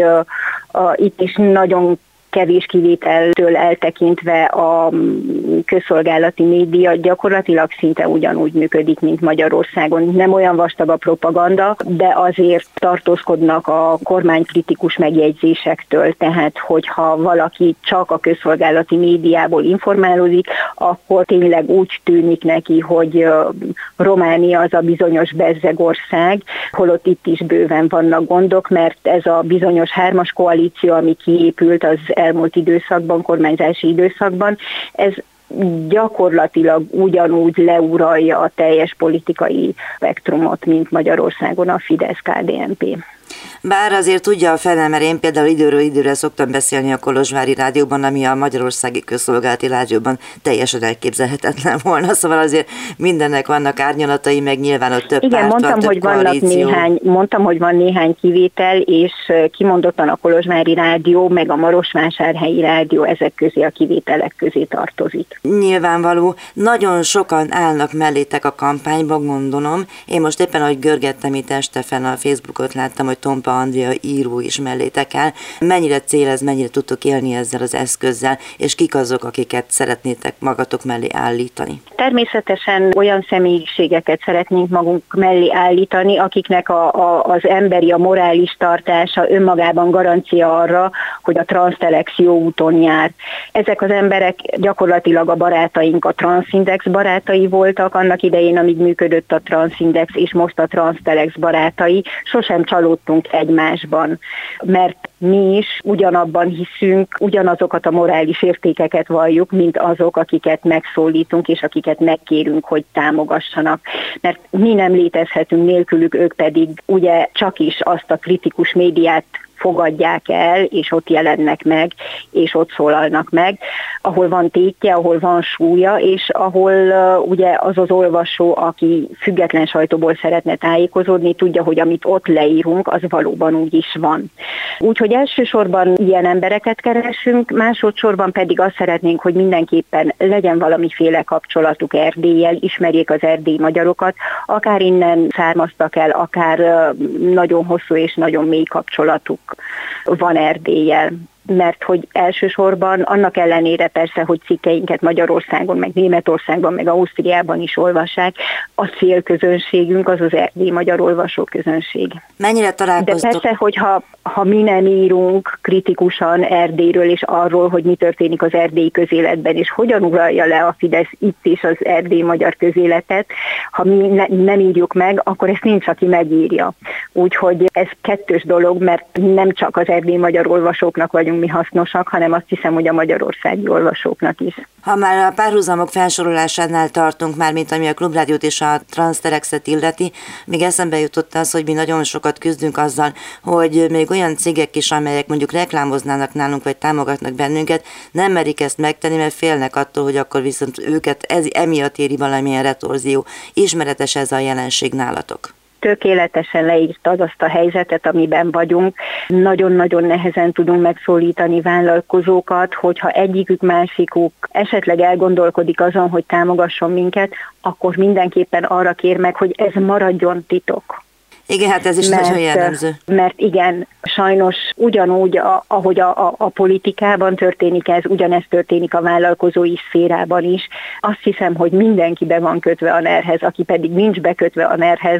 itt is nagyon kevés kivételtől eltekintve a közszolgálati média gyakorlatilag szinte ugyanúgy működik, mint Magyarországon. Nem olyan vastag a propaganda, de azért tartózkodnak a kormánykritikus megjegyzésektől, tehát hogyha valaki csak a közszolgálati médiából informálódik, akkor tényleg úgy tűnik neki, hogy Románia az a bizonyos bezzeg ország, holott itt is bőven vannak gondok, mert ez a bizonyos hármas koalíció, ami kiépült az elmúlt időszakban, kormányzási időszakban, ez gyakorlatilag ugyanúgy leuralja a teljes politikai spektrumot, mint Magyarországon a Fidesz-KDNP. Bár azért tudja a fele, mert én például időről időre szoktam beszélni a Kolozsvári Rádióban, ami a Magyarországi Közszolgálati Rádióban teljesen elképzelhetetlen volna, szóval azért mindennek vannak árnyalatai, meg nyilván ott több párt van, több koalíció. Mondtam, hogy van néhány kivétel, és kimondottan a Kolozsvári Rádió, meg a Marosvásárhelyi Rádió ezek közé a kivételek közé tartozik. Nyilvánvaló, nagyon sokan állnak mellétek a kampányban, gondolom. Én most éppen, ahogy görgettem itt este fenn a Facebookot, láttam, hogy Tompa Andrea író is mellétek áll. Mennyire cél ez, mennyire tudtok élni ezzel az eszközzel, és kik azok, akiket szeretnétek magatok mellé állítani? Természetesen olyan személyiségeket szeretnénk magunk mellé állítani, akiknek az emberi, a morális tartása önmagában garancia arra, hogy a Transtelex jó úton jár. Ezek az emberek gyakorlatilag a barátaink, a Transindex barátai voltak annak idején, amíg működött a Transindex, és most a Transtelex barátai. Sosem csalódtunk egymásban, mert mi is ugyanabban hiszünk, ugyanazokat a morális értékeket valljuk, mint azok, akiket megszólítunk, és akiket megkérünk, hogy támogassanak. Mert mi nem létezhetünk nélkülük, ők pedig ugye csak is azt a kritikus médiát fogadják el, és ott jelennek meg, és ott szólalnak meg, ahol van tétje, ahol van súlya, és ahol ugye az az olvasó, aki független sajtóból szeretne tájékozódni, tudja, hogy amit ott leírunk, az valóban úgy is van. Úgyhogy elsősorban ilyen embereket keresünk, másodszorban pedig azt szeretnénk, hogy mindenképpen legyen valamiféle kapcsolatuk Erdéllyel, ismerjék az erdélyi magyarokat, akár innen származtak el, akár nagyon hosszú és nagyon mély kapcsolatuk van Erdéllyel. Mert hogy elsősorban annak ellenére persze, hogy cikkeinket Magyarországon, meg Németországban, meg Ausztriában is olvassák, a célközönségünk az az erdélyi magyar olvasóközönség. Mennyire találkoztok? De persze, hogyha mi nem írunk kritikusan Erdélyről és arról, hogy mi történik az erdélyi közéletben, és hogyan uralja le a Fidesz itt is az erdélyi magyar közéletet, ha mi nem írjuk meg, akkor ezt nincs, aki megírja. Úgyhogy ez kettős dolog, mert nem csak az erdélyi magyar olvasóknak vagyunk mi hasznosak, hanem azt hiszem, hogy a magyarországi olvasóknak is. Ha már a párhuzamok felsorolásánál tartunk már, mint ami a Klubrádiót és a Transtelexet illeti, még eszembe jutott az, hogy mi nagyon sokat küzdünk azzal, hogy még olyan cégek is, amelyek mondjuk reklámoznának nálunk, vagy támogatnak bennünket, nem merik ezt megtenni, mert félnek attól, hogy akkor viszont őket emiatt éri valamilyen retorzió. Ismeretes ez a jelenség nálatok? Tökéletesen leírta azt a helyzetet, amiben vagyunk. Nagyon-nagyon nehezen tudunk megszólítani vállalkozókat, hogyha egyikük, másikuk esetleg elgondolkodik azon, hogy támogasson minket, akkor mindenképpen arra kér meg, hogy ez maradjon titok. Igen, hát ez is nagyon jellemző. Mert igen, sajnos ugyanúgy, ahogy a politikában történik ez, ugyanezt történik a vállalkozói szférában is. Azt hiszem, hogy mindenki be van kötve a NER-hez, aki pedig nincs bekötve a NER-hez,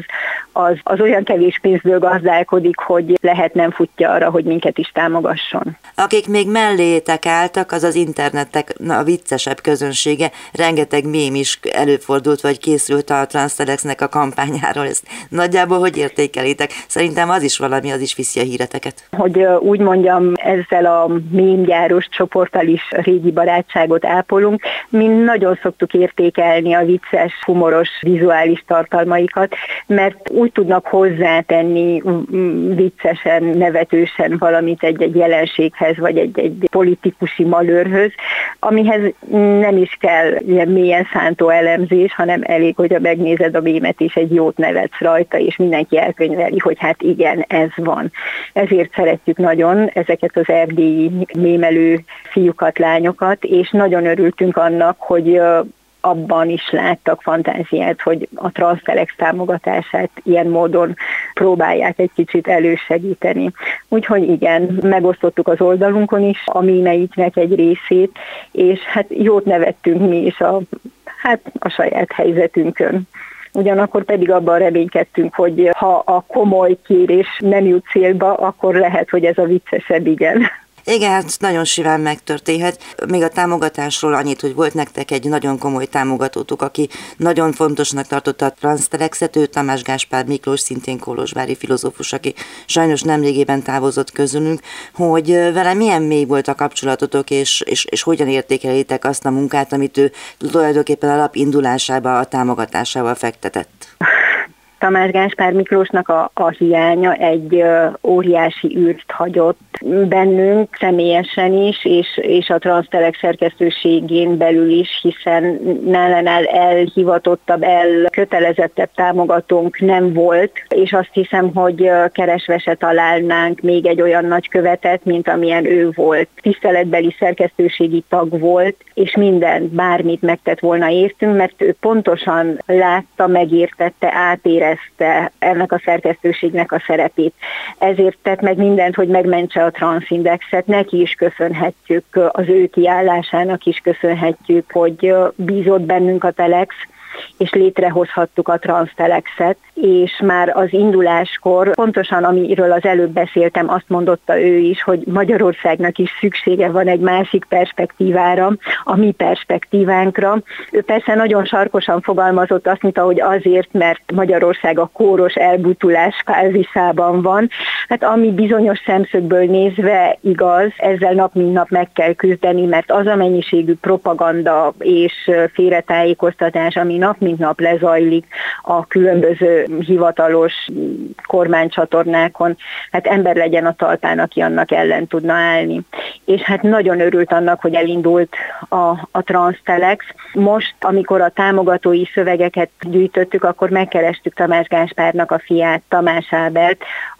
az olyan kevés pénzből gazdálkodik, hogy lehet nem futja arra, hogy minket is támogasson. Akik még mellétek álltak, az az internetek a viccesebb közönsége, rengeteg mém is előfordult, vagy készült a Transtelexnek a kampányáról. Ezt nagyjából hogy értek értékelitek. Szerintem az is valami, az is viszi a híreteket. Hogy úgy mondjam, ezzel a mémgyáros csoporttal is régi barátságot ápolunk. Mi nagyon szoktuk értékelni a vicces, humoros, vizuális tartalmaikat, mert úgy tudnak hozzátenni viccesen, nevetősen valamit egy jelenséghez, vagy egy politikusi malőrhöz, amihez nem is kell ilyen mélyen szántó elemzés, hanem elég, hogyha megnézed a mémet, és egy jót nevetsz rajta, és mindenki elkönyveli, hogy hát igen, ez van. Ezért szeretjük nagyon ezeket az erdélyi mémelő fiúkat, lányokat, és nagyon örültünk annak, hogy abban is láttak fantáziát, hogy a Transtelex támogatását ilyen módon próbálják egy kicsit elősegíteni. Úgyhogy igen, megosztottuk az oldalunkon is a mémeiknek egy részét, és hát jót nevettünk mi is a saját helyzetünkön. Ugyanakkor pedig abban reménykedtünk, hogy ha a komoly kérés nem jut célba, akkor lehet, hogy ez a viccesebb igen. Igen, hát nagyon simán megtörténhet. Még a támogatásról annyit, hogy volt nektek egy nagyon komoly támogatótok, aki nagyon fontosnak tartotta a Transtelexet, ő Tamás Gáspár Miklós, szintén kolozsvári filozófus, aki sajnos nemrégében távozott közülünk, hogy vele milyen mély volt a kapcsolatotok, és hogyan értékelitek azt a munkát, amit ő tulajdonképpen a lap indulásába, a támogatásával fektetett. Tamás Gáspár Miklósnak a hiánya egy óriási űrt hagyott bennünk személyesen is, és a Transtelex szerkesztőségén belül is, hiszen nálánál elhivatottabb, elkötelezettebb támogatónk nem volt, és azt hiszem, hogy keresve se találnánk még egy olyan nagykövetet, mint amilyen ő volt. Tiszteletbeli szerkesztőségi tag volt, és bármit megtett volna értünk, mert ő pontosan látta, megértette, átérezte ennek a szerkesztőségnek a szerepét. Ezért tett meg mindent, hogy megmentse a Transzindexet. Neki is köszönhetjük, az ő kiállásának is köszönhetjük, hogy bízott bennünk a Telex, és létrehozhattuk a Transtelexet, és már az induláskor, pontosan amiről az előbb beszéltem, azt mondotta ő is, hogy Magyarországnak is szüksége van egy másik perspektívára, a mi perspektívánkra. Ő persze nagyon sarkosan fogalmazott, azt mondta, hogy azért, mert Magyarország a kóros elbutulás fázisában van. Hát ami bizonyos szemszögből nézve igaz, ezzel nap mint nap meg kell küzdeni, mert az a mennyiségű propaganda és félretájékoztatás, ami nap mint nap lezajlik a különböző hivatalos kormánycsatornákon, hát ember legyen a talpán, aki annak ellen tudna állni. És hát nagyon örült annak, hogy elindult a Transtelex. Most, amikor a támogatói szövegeket gyűjtöttük, akkor megkerestük Tamás Gáspárnak a fiát, Tamás Ábelt,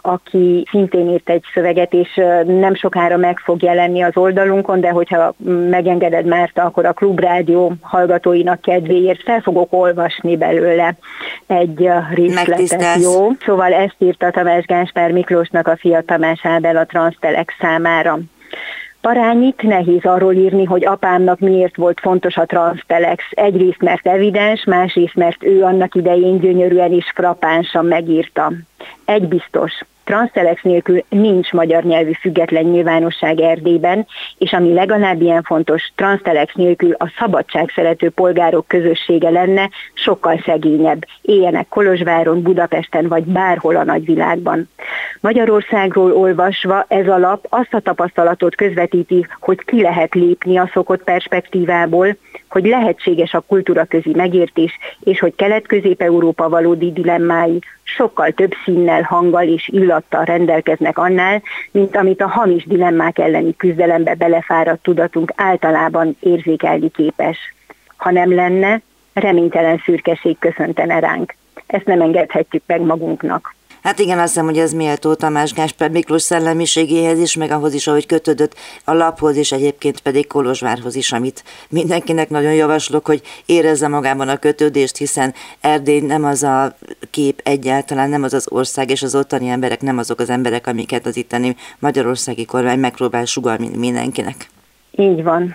aki szintén írt egy szöveget, és nem sokára meg fog jelenni az oldalunkon, de hogyha megengeded, Márta, akkor a Klubrádió hallgatóinak kedvéért fel fogok olvasni belőle egy részletet, jó? Szóval ezt írta Tamás Gáspár Miklósnak a fia, Tamás Ábel a Transtelex számára. Parányit nehéz arról írni, hogy apámnak miért volt fontos a Transtelex. Egyrészt, mert evidens, másrészt, mert ő annak idején gyönyörűen és frappánsan megírta. Egy biztos, Transtelex nélkül nincs magyar nyelvű független nyilvánosság Erdélyben, és ami legalább ilyen fontos, Transtelex nélkül a szabadságszerető polgárok közössége lenne, sokkal szegényebb, éljenek Kolozsváron, Budapesten vagy bárhol a nagyvilágban. Magyarországról olvasva ez a lap azt a tapasztalatot közvetíti, hogy ki lehet lépni a szokott perspektívából, hogy lehetséges a kultúraközi megértés, és hogy Kelet-Közép-Európa valódi dilemmái sokkal több színnel, hanggal és illattal rendelkeznek annál, mint amit a hamis dilemmák elleni küzdelembe belefáradt tudatunk általában érzékelni képes. Ha nem lenne, reménytelen szürkeség köszöntene ránk. Ezt nem engedhetjük meg magunknak. Hát igen, azt hiszem, hogy ez méltó Tamás Gáspár Miklós szellemiségéhez is, meg ahhoz is, ahogy kötődött a laphoz, és egyébként pedig Kolozsvárhoz is, amit mindenkinek nagyon javaslok, hogy érezze magában a kötődést, hiszen Erdély nem az a kép egyáltalán, nem az az ország, és az ottani emberek nem azok az emberek, amiket az itteni magyarországi kormány megpróbál sugallni mindenkinek. Így van.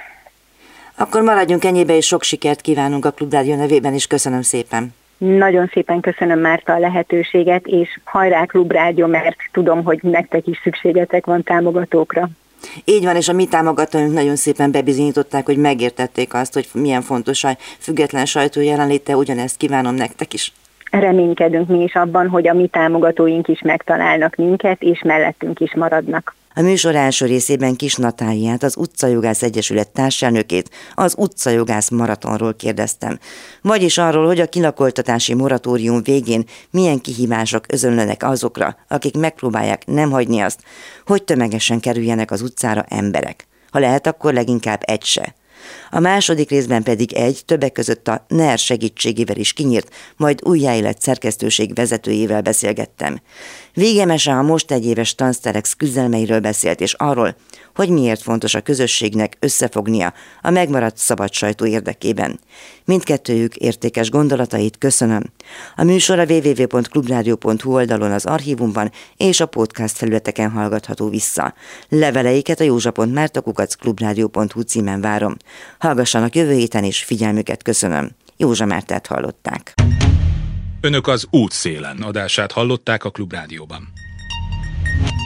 Akkor maradjunk ennyibe, és sok sikert kívánunk a Klubrádió nevében, és köszönöm szépen. Nagyon szépen köszönöm, Márta, a lehetőséget, és hajrá Klubrádió, mert tudom, hogy nektek is szükségetek van támogatókra. Így van, és a mi támogatóink nagyon szépen bebizonyították, hogy megértették azt, hogy milyen fontos a független sajtó jelenléte, ugyanezt kívánom nektek is. reménykedünk mi is abban, hogy a mi támogatóink is megtalálnak minket, és mellettünk is maradnak. A műsor első részében Kis Natáliát, az Utcajogász Egyesület társelnökét az Utcajogász Maratonról kérdeztem. Vagyis arról, hogy a kilakoltatási moratórium végén milyen kihívások özönlenek azokra, akik megpróbálják nem hagyni azt, hogy tömegesen kerüljenek az utcára emberek. Ha lehet, akkor leginkább egy se. A második részben pedig többek között a NER segítségével is kinyírt, majd újjáélet szerkesztőség vezetőjével beszélgettem. Végemese a most egyéves Tansztelex küzdelmeiről beszélt, és arról, hogy miért fontos a közösségnek összefognia a megmaradt szabad sajtó érdekében. Mindkettőjük értékes gondolatait köszönöm. A műsor a www.clubradio.hu oldalon, az archívumban és a podcast felületeken hallgatható vissza. Leveleiket a józsa.márta@clubradio.hu címen várom. Hallgassanak jövő héten, és figyelmüket köszönöm. Józsa Mártát hallották. Önök az Útszélen adását hallották a Klubrádióban.